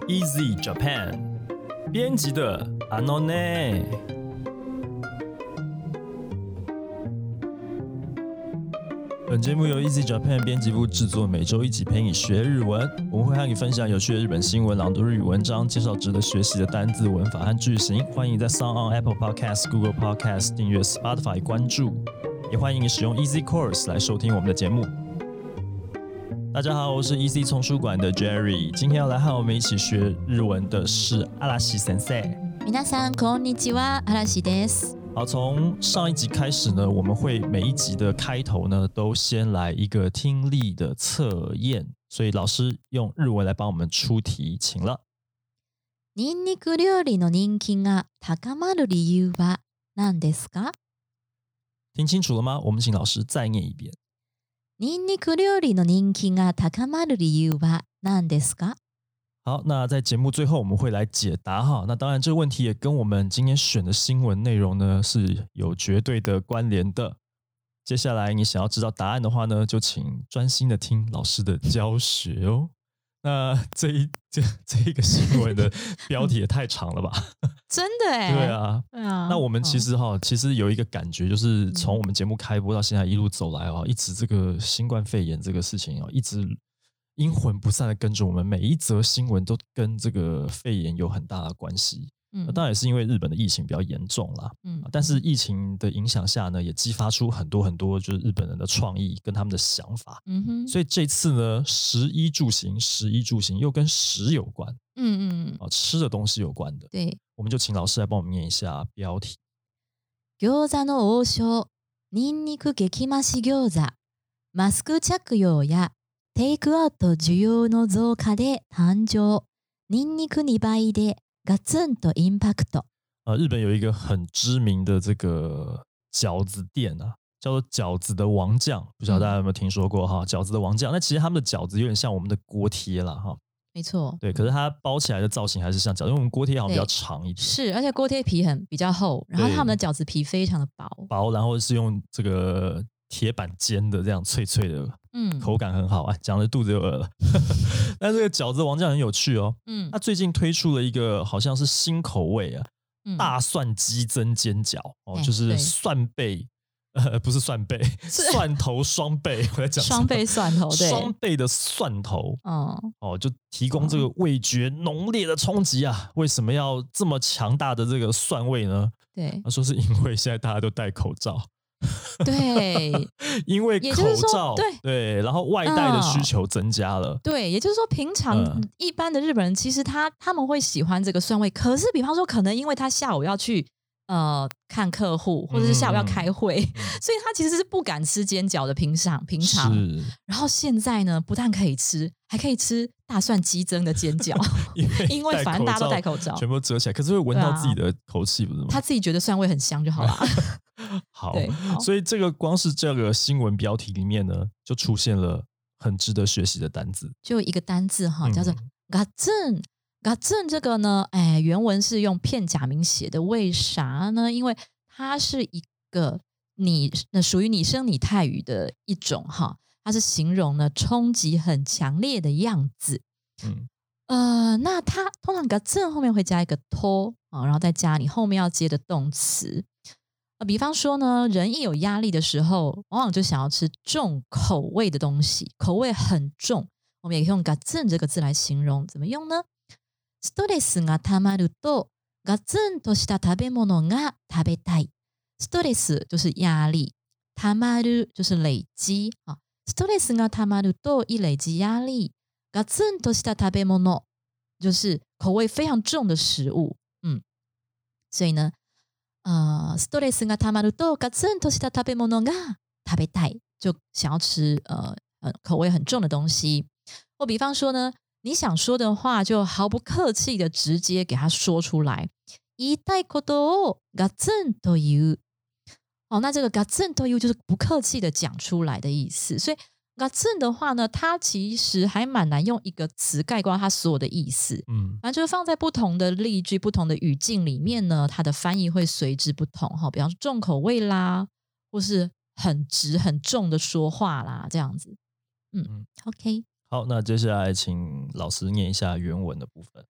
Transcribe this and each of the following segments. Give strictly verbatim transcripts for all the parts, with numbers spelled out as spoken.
Easy Japan 编辑的 Anone。本节目由 Easy Japan 编辑部制作，每周一集陪你学日文。我们会和你分享有趣的日本新闻、朗读日语文章，介绍值得学习的单字、文法和句型。欢迎在 SoundOn、Apple Podcast、Google Podcast 订阅 Spotify 关注，也欢迎你使用 Easy Course 来收听我们的节目。大家好，我是 Easy 丛书馆的 Jerry， 今天要来和我们一起学日文的是阿拉西先生。 皆さんこんにちは、阿拉西です。 好，从上一集开始呢，我们会每一集的开头呢，都先来一个听力的测验，所以老师用日文来帮我们出题，请了。 ニンニク料理の人気が高まる理由は何ですか？ 听清楚了吗？我们请老师再念一遍。 ニンニク料理の人気が高まる理由は何ですか？ 好，那在节目最后我们会来解答哈。那当然这个问题也跟我们今天选的新闻内容呢是有绝对的关联的。接下来你想要知道答案的话呢，就请专心的听老师的教学哦。那这一这这一个新闻的标题也太长了吧？ 真的哎， 对啊， 对啊。 那我们其实哈、哦，其实有一个感觉，就是从我们节目开播到现在一路走来哦，一直这个新冠肺炎这个事情哦，一直阴魂不散的跟着我们，每一则新闻都跟这个肺炎有很大的关系。嗯，当然也是因为日本的疫情比较严重啦。嗯，但是疫情的影响下呢，也激发出很多很多就是日本人的创意跟他们的想法。嗯哼，所以这次呢，食衣住行，食衣住行又跟食有关。嗯嗯，啊，吃的东西有关的。 对， 我们就请老师来帮我们念一下标题。 餃子の王将、ニンニク激増し餃子、マスク着用やテイクアウト需要の増加で誕生。ニンニクに倍でガツンとインパクト。 呃，日本有一个很知名的这个饺子店啊，叫做饺子的王酱，不知道大家有没有听说过哈？饺子的王酱，那其实他们的饺子有点像我们的锅贴啦哈。 没错， 对，可是它包起来的造型还是像饺子，因为我们锅贴好像比较长一点。 是，而且锅贴皮很比较厚，然后他们的饺子皮非常的薄， 薄，然后是用这个铁板煎的，这样脆脆的，嗯，口感很好啊。讲的肚子又饿了，但这个饺子王酱很有趣哦，嗯，它最近推出了一个好像是新口味啊，嗯、大蒜鸡胗煎饺哦，欸、就是蒜倍。呃，不是蒜倍，蒜头双倍，我在讲双倍蒜头，对， 双倍的蒜头，哦哦，就提供这个味觉浓烈的冲击啊！为什么要这么强大的这个蒜味呢？ 对， 他说是因为现在大家都戴口罩， 对， 因为口罩，对对，然后外带的需求增加了， 嗯、对，也就是说，平常、嗯、一般的日本人其实他他们会喜欢这个蒜味，可是比方说，可能因为他下午要去。呃，看客户或者是下午要开会，嗯、所以他其实是不敢吃煎饺的。平常平常，然后现在呢，不但可以吃，还可以吃大蒜鸡胗的煎饺，因为因为反正大家都戴口罩， 全部都遮起来，可是会闻到自己的口气，不是吗？ 他自己觉得蒜味很香就好了。 好，好，所以这个光是这个新闻标题里面呢，就出现了很值得学习的单字， 就一个单字哈，叫做ガツン。ガツン这个呢，哎，原文是用片假名写的，为啥呢？因为它是一个拟属于拟声拟态语的一种哈，它是形容呢冲击很强烈的样子。嗯，呃，那它通常ガツン后面会加一个と啊，然后再加你后面要接的动词。呃，比方说呢，人一有压力的时候，往往就想要吃重口味的东西，口味很重，我们也可以用ガツン这个字来形容，怎么用呢？ストレスがたまるとガツンとした食べ物が食べたい。ストレス就是压力，たまる就是累积啊。ストレスがたまると一累积压力，ガツンとした食べ物就是口味非常重的食物。嗯，所以呢，呃，ストレスがたまるとガツンとした食べ物が食べたい，就想要吃呃呃口味很重的东西。或比方说呢。你想说的话就毫不客气的直接给他说出来。言いたいことをガツンと言う。哦，那这个ガツンと言う就是不客气的讲出来的意思。所以ガツン的话呢，它其实还蛮难用一个词概括它所有的意思。嗯，反正就是放在不同的例句、不同的语境里面呢，它的翻译会随之不同。哈，比方说重口味啦，或是很直很重的说话啦，这样子。嗯嗯 ，OK。 好，那接下来请老师念一下原文的部分。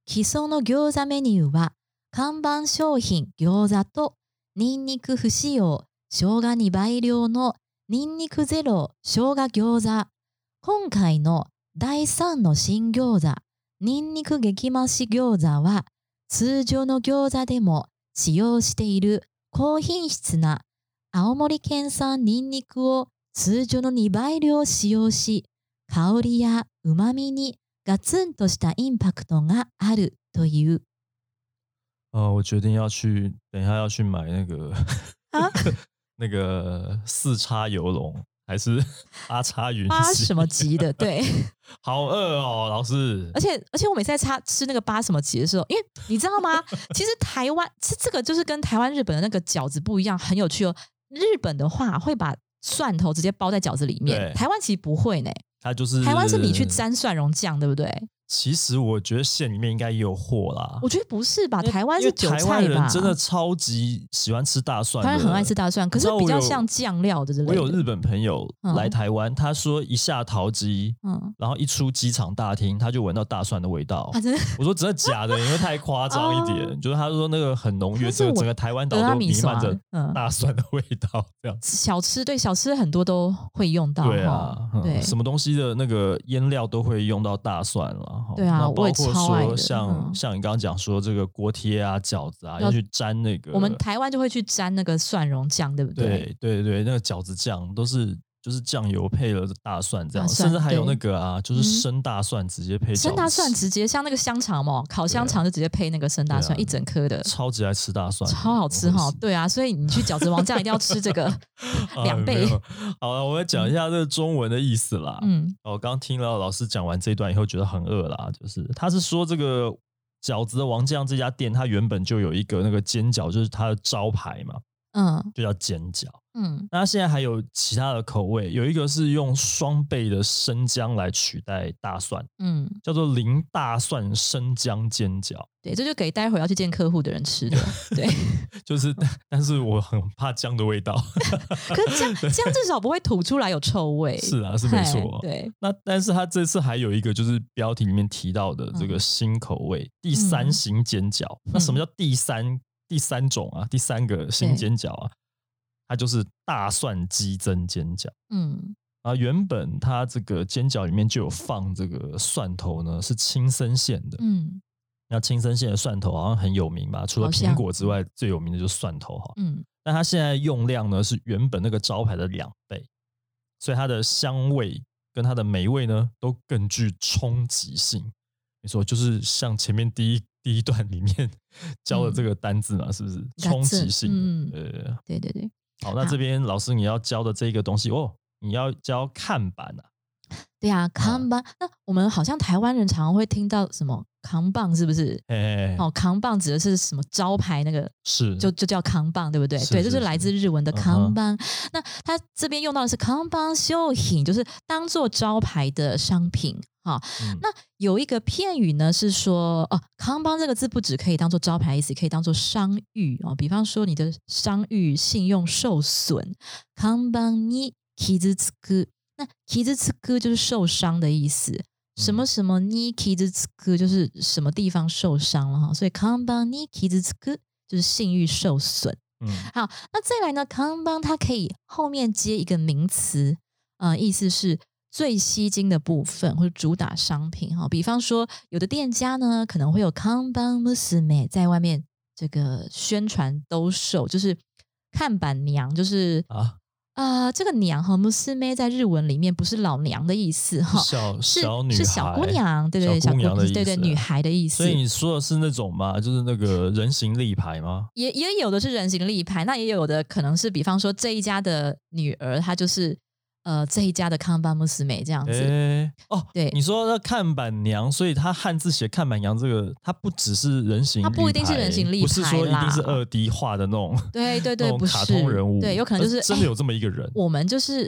基礎の餃子メニューは看板商品餃子とニンニク不使用生姜にばい量のニンニクゼロ生姜餃子。今回のだいさんの新餃子ニンニク激増し餃子は通常の餃子でも使用している高品質な青森県産ニンニクを通常のにばい量使用し、香りや旨味にガツンとしたインパクトがあるという。 呃，我决定要去，等一下要去买那个啊那个四叉游龙还是八叉云八溪什么级的，对。 好饿哦，老师。 而且而且我每次在吃吃那个八什么级的时候，因为你知道吗？其实台湾这这个就是跟台湾、日本的那个饺子不一样，很有趣哦。日本的话会把蒜头直接包在饺子里面，台湾其实不会呢。 它就是台湾是你去沾蒜蓉酱，对不对？ 其实我觉得馅里面应该也有货啦。 我觉得不是吧？台湾是韭菜吧？ 台湾人真的超级喜欢吃大蒜的， 台湾很爱吃大蒜，可是比较像酱料的之类的。 我有日本朋友来台湾，嗯、他说一下桃机，嗯，然后一出机场大厅，他就闻到大蒜的味道。啊、真的？我说真的假的？因为太夸张一点，哦、就是他说那个很浓郁，这个整个台湾岛都弥漫着大蒜的味道，这样子。 小吃对小吃很多都会用到， 对啊，嗯、对，什么东西的那个腌料都会用到大蒜了。 对啊，我也。 或者说像、嗯、像你刚刚讲说这个锅贴啊饺子啊要去沾那个， 我们台湾就会去沾那个蒜蓉酱，对不对？ 对对对，那个饺子酱都是就是酱油配了大蒜这样，甚至还有那个啊，就是生大蒜直接配饺子、嗯、 生大蒜直接像那个香肠嘛，烤香肠就直接配那个生大蒜、啊、一整颗的， 超级爱吃大蒜， 超好吃哈。对啊，所以你去饺子王酱一定要吃这个两倍。 啊、好了，我来讲一下这个中文的意思啦。嗯，我刚听了老师讲完这一段以后，觉得很饿啦，就是他是说这个饺子的王酱这家店，它原本就有一个那个煎饺，就是它的招牌嘛。嗯，就叫煎饺。嗯，那现在还有其他的口味，有一个是用双倍的生姜来取代大蒜，嗯，叫做零大蒜生姜煎饺。 对，这就给待会要去见客户的人吃的。对， 就是，但是我很怕姜的味道。 可是姜姜至少不会吐出来有臭味。 是啊，是没错。 对， 那但是它这次还有一个就是标题里面提到的这个新口味，嗯、第三型煎饺。嗯、那什么叫第三？第三种啊，第三个新煎饺啊，它就是大蒜鸡胗煎饺。嗯，啊，原本它这个煎饺里面就有放这个蒜头呢，是青森县的。嗯，那青森县的蒜头好像很有名吧？除了苹果之外，最有名的就是蒜头哈。嗯，但它现在用量呢是原本那个招牌的两倍，所以它的香味跟它的美味呢都更具冲击性。没错，就是像前面第一。第一段里面教的这个单字嘛，嗯、是不是冲击性的？嗯、 对对对对。 好，那这边老师你要教的这个东西哦，你要教看板啊。 对啊，看板。那我们好像台湾人常常会听到什么扛棒，是不是？哎，哦，扛棒指的是什么招牌那个？ 是， 就就叫扛棒，对不对？对，就是来自日文的扛棒。那它这边用到的是扛棒商品，就是当做招牌的商品。好，嗯、那有一个片语呢，是说哦，康邦这个字不只可以当做招牌意思，可以当做商誉哦。比方说你的商誉信用受损，康邦に傷つく，那傷つく就是受伤的意思。什么什么に傷つく就是什么地方受伤了哈，所以康邦に傷つく就是信誉受损。嗯，好，那再来呢，康邦它可以后面接一个名词，呃，意思是。最吸睛的部分或者主打商品哈，比方说有的店家呢可能会有看板娘在外面这个宣传兜售，就是看板娘，就是啊啊、呃、这个娘哈，musume在日文里面不是老娘的意思哈， 小是小女孩是小姑娘，对对， 小姑娘的意思， 对对，女孩的意思。 所以你说的是那种吗？就是那个人形立牌吗？ 也也有的是人形立牌，那也有的可能是比方说这一家的女儿，她就是。呃，这一家的看板娘这样子， 欸、哦，对，你说那看板娘，所以它汉字写看板娘这个，它不只是人形立牌， 它不一定是人形立牌， 不是说一定是二 D 画的那种， 对对对，不是卡通人物， 对，有可能就是真的有这么一个人。 欸、我们就是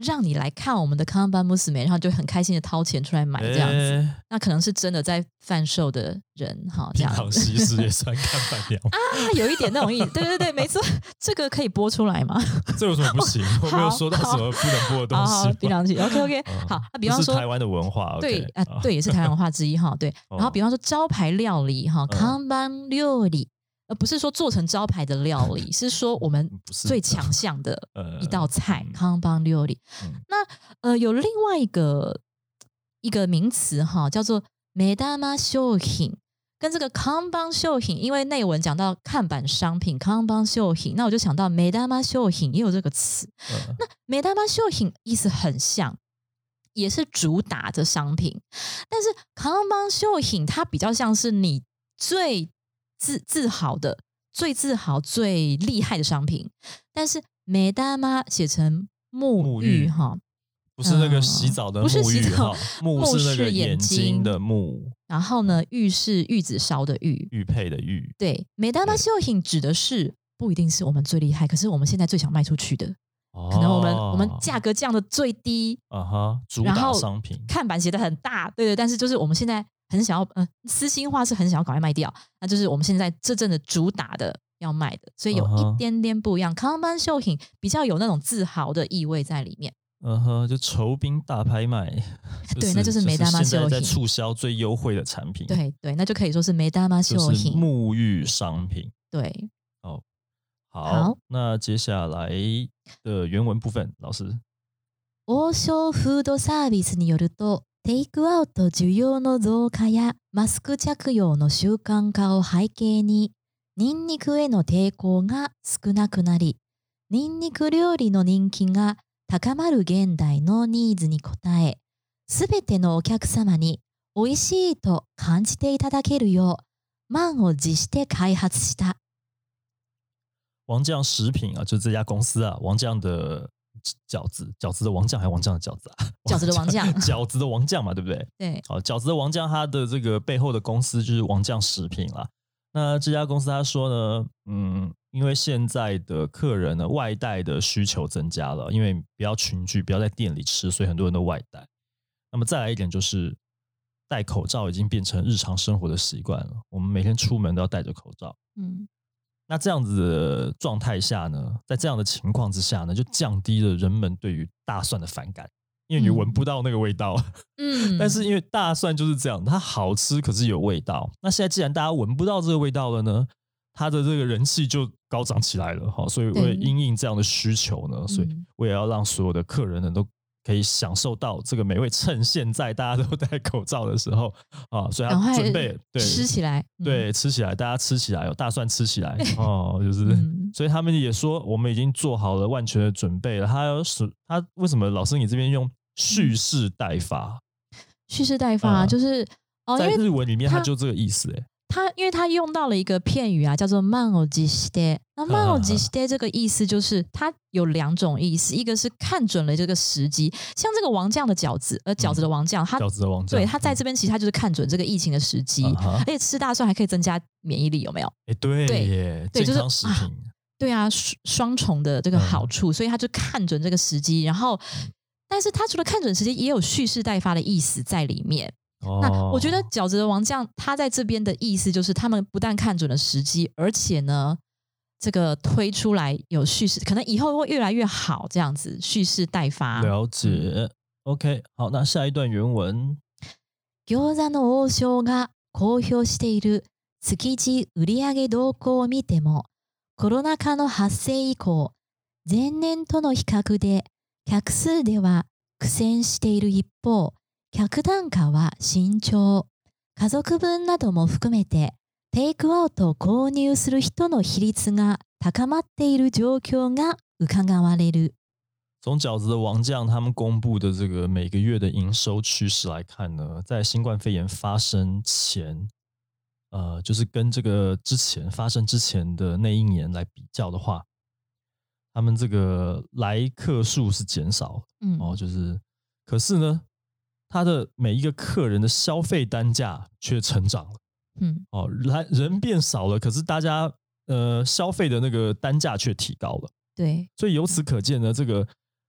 让你来看我们的看板娘，然后就很开心的掏钱出来买这样子。欸、那可能是真的在贩售的人哈，这样子。 槟榔西施也算看板娘啊，有一点那种意思。对对对，没错，这个可以播出来吗？ 这有什么不行？我没有说到什么不能播的东西。 槟榔西 ，OK OK，、嗯、好。那比方说台湾的文化， 对 okay, 啊，对，也是台湾文化之一哈。对，然后比方说招牌料理哈，看板料理。而不是说做成招牌的料理，是说我们最强项的一道菜，看板料理。那呃，有另外一个一个名词哈，叫做目玉商品，跟这个看板商品，因为内文讲到看板商品，看板商品，那我就想到目玉商品也有这个词。嗯、那目玉商品意思很像，也是主打的商品，但是看板商品它比较像是你最自自豪的、最自豪、最厉害的商品，但是目玉写成沐浴哈， 不是那个洗澡的沐浴哈，沐是那个眼睛的沐， 然后呢，玉是玉子烧的玉， 玉佩的玉。 对，目玉商品指的是不一定是我们最厉害，可是我们现在最想卖出去的，哦、可能我们我们价格降的最低， 啊哈，主打商品， 看板写的很大，对对，但是就是我们现在。很想要，呃，私心化是很想要赶快卖掉，那就是我们现在这阵的主打的要卖的，所以有一点点不一样。看板商品比较有那种自豪的意味在里面。 嗯哼，就酬宾大拍卖，就是、 对，那就是目玉商品， 现在在促销最优惠的产品。 对对，那就可以说是目玉商品， 就是沐浴商品。 对， 哦，好，好，那接下来的原文部分，老师。 王将フードサービスによると。テイクアウト需要の増加やマスク着用の習慣化を背景に、ニンニクへの抵抗が少なくなり、ニンニク料理の人気が高まる現代のニーズに応え、すべてのお客様に美味しいと感じていただけるよう、満を持して開発した。 王将食品啊，就这家公司啊，王将的。饺子，饺子的王酱还是王酱的饺子啊？ 饺子的王酱， 饺子的王酱嘛，对不对？ 对， 好，饺子的王酱，它的这个背后的公司就是王酱食品啦。那这家公司他说呢，嗯，因为现在的客人呢，外带的需求增加了，因为不要群聚，不要在店里吃，所以很多人都外带。那么再来一点就是，戴口罩已经变成日常生活的习惯了，我们每天出门都要戴着口罩。嗯。那这样子的状态下呢，在这样的情况之下呢，就降低了人们对于大蒜的反感，因为你闻不到那个味道。嗯，但是因为大蒜就是这样，它好吃可是有味道。那现在既然大家闻不到这个味道了呢，它的这个人气就高涨起来了哈。所以为因应这样的需求呢，所以我也要让所有的客人呢都可以享受到这个美味，趁现在大家都戴口罩的时候啊，所以他准备对吃起来， 对、嗯、吃起来，大家吃起来，有大蒜吃起来哦，就是、嗯，所以他们也说我们已经做好了万全的准备了。他他为什么老师你这边用蓄势待发？ 蓄势待发、嗯、就是哦，在日文里面它就这个意思哎。 他因为他用到了一个片语啊，叫做満を持して。那満を持して这个意思就是它有两种意思，一个是看准了这个时机，像这个王酱的饺子，呃，饺子的王酱，他、 嗯、饺子的王酱， 对，他在这边其实他就是看准这个疫情的时机，嗯、而且吃大蒜还可以增加免疫力，有没有？ 哎，对耶，对，健康食品，就是啊对啊，双重的这个好处，嗯、所以他就看准这个时机，然后，但是他除了看准时机，也有蓄势待发的意思在里面。那我觉得饺子的王酱他在这边的意思就是他们不但看准了时机，而且呢这个推出来有蓄势，可能以后会越来越好，这样子蓄势待发。 了解、嗯、OK， 好，那下一段原文。 餃子の王将が公表している築地売上動向を見ても、コロナ禍の発生以降、前年との比較で客数では苦戦している一方、客単価は慎重。家族分なども含めてテイクアウトを購入する人の比率が高まっている状況が伺われる。 从饺子的王酱他们公布的这个每个月的营收趋势来看呢，在新冠肺炎发生前，呃，就是跟这个之前发生之前的那一年来比较的话，他们这个来客数是减少，嗯，哦，就是，可是呢。他的每一个客人的消费单价却成长了，嗯，哦，来人变少了，可是大家呃消费的那个单价却提高了， 对， 所以由此可见呢，这个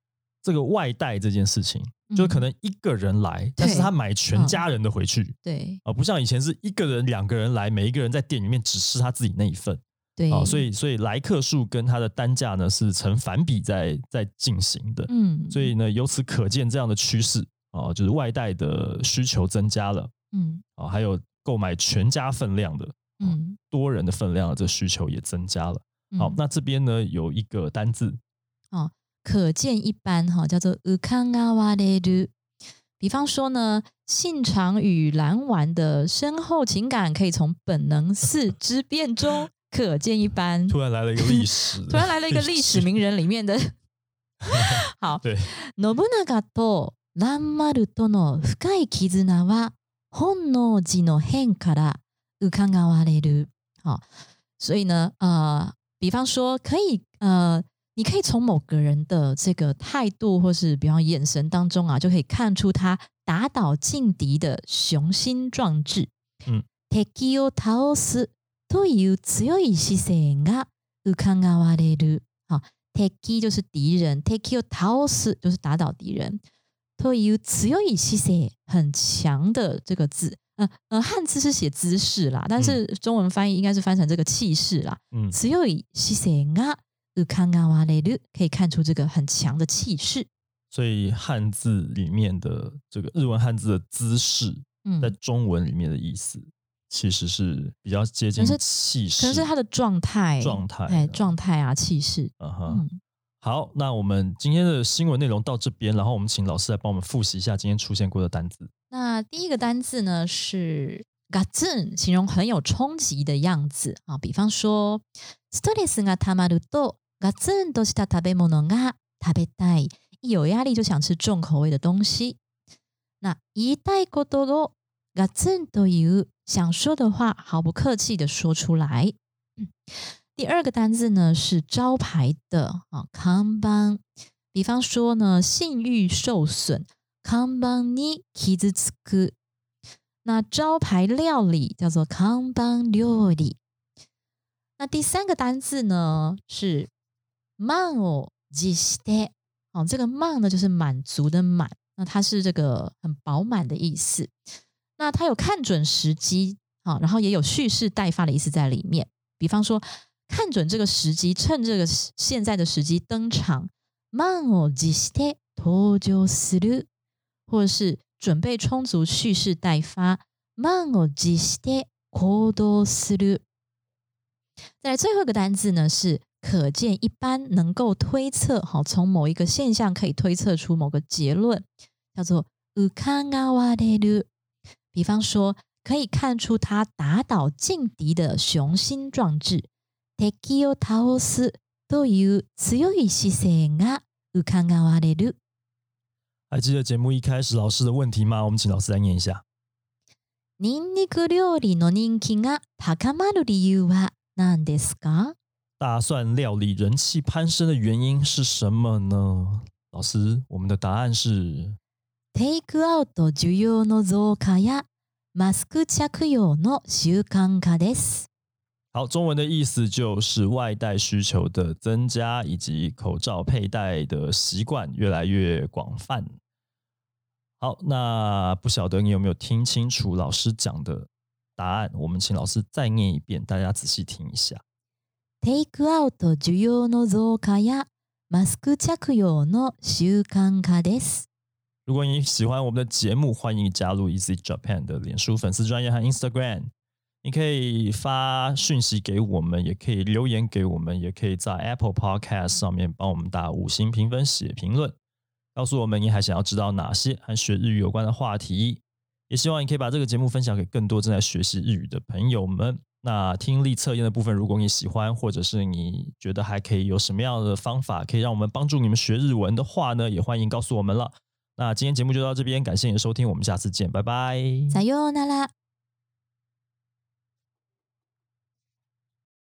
这个外带这件事情，嗯、就可能一个人来，但是他买全家人的回去， 嗯、对， 啊、呃，不像以前是一个人、两个人来，每一个人在店里面只吃他自己那一份， 对， 啊、呃，所以所以来客数跟他的单价呢是成反比在在进行的， 嗯， 所以呢由此可见这样的趋势啊、呃，就是外带的需求增加了， 嗯， 啊、呃，还有购买全家分量的，呃、嗯，多人的分量的这需求也增加了。好，那这边呢有一个单字， 哦，可见一斑哈，叫做うかがわれる。比方说呢，信长与蓝丸的深厚情感，可以从本能寺之变中可见一斑。 突然来了一个历史， 突然来了一个历史名人里面的。好， 对， 信長と蘭丸との深い絆は本能寺の変からうかがわれる。好，所以呢，呃。比方说，可以呃，你可以从某个人的这个态度，或是比方眼神当中啊，就可以看出他打倒劲敌的雄心壮志。嗯，敵を倒すという強い姿勢がうかがわれる。好，敵就是敌人，敵を倒す就是打倒敌人。という強い姿勢，很強的这个字。呃呃，汉字是写姿势啦，但是中文翻译应该是翻成这个气势啦。嗯，強い姿勢がうかがわれる，可以看出这个很强的气势。 所以汉字里面的这个日文汉字的姿势，嗯、在中文里面的意思其实是比较接近气势， 可能是他的状态， 状态， 哎，状态啊，气势。 嗯哼。嗯，好，那我们今天的新闻内容到这边，然后我们请老师来帮我们复习一下今天出现过的单字。 那第一个单字呢是ガツン，形容很有衝击的样子啊。比方说，ストレスがたまるとガツンとした食べ物が食べたい。一有压力就想吃重口味的东西。那言いたいことをガツンと言う，想说的话毫不客氣的說出來。嗯、第二個單字呢是招牌的啊，看板。比方說呢，信譽受損。看板に傷つく。那招牌料理叫做看板料理。那第三个单字呢是満を持して。哦，这个満呢就是满足的满，那它是这个很饱满的意思。那它有看准時機，哦，然后也有蓄勢待發的意思在里面。比方說，看準這個時機，趁這個現在的時機登場。満を持して登場する。或者是準備充足，蓄勢待發。満を持して行動する。再來最後一個單字呢是可見一斑，能夠推測，好，從某一個現象可以推測出某個結論，叫做うかがわれる。比方說，可以看出他打倒勁敵的雄心壯志。敵を倒すという強い姿勢がうかがわれる。 还记得节目一开始老师的问题吗？我们请老師来念一下。 ニンニク料理の人気が高まる理由は何ですか？ 大蒜料理人气攀升的原因是什么呢？老师，我们的答案是テイクアウト需要の増加やマスク着用の習慣化です。 好，中文的意思就是外带需求的增加，以及口罩佩戴的习惯越来越广泛。好，那不晓得你有没有听清楚老師講的答案？我們請老師再念一遍，大家仔細聽一下。 テイクアウト需要の増加やマスク着用の習慣化です。 如果你喜歡我們的節目，歡迎加入 Easy Japan 的臉書粉絲專頁和 Instagram。你可以發訊息給我們，也可以留言給我們，也可以在 Apple Podcast 上面幫我們打五星評分、寫評論。告訴我們你還想要知道哪些和學日語有關的話題，也希望你可以把這個節目分享給更多正在學習日語的朋友們。那聽力測驗的部分，如果你喜歡，或者是你覺得還可以有什麼樣的方法可以讓我們幫助你們學日文的話呢，也歡迎告訴我們了。那今天節目就到這邊，感謝你的收聽，我們下次見，拜拜。 さようなら。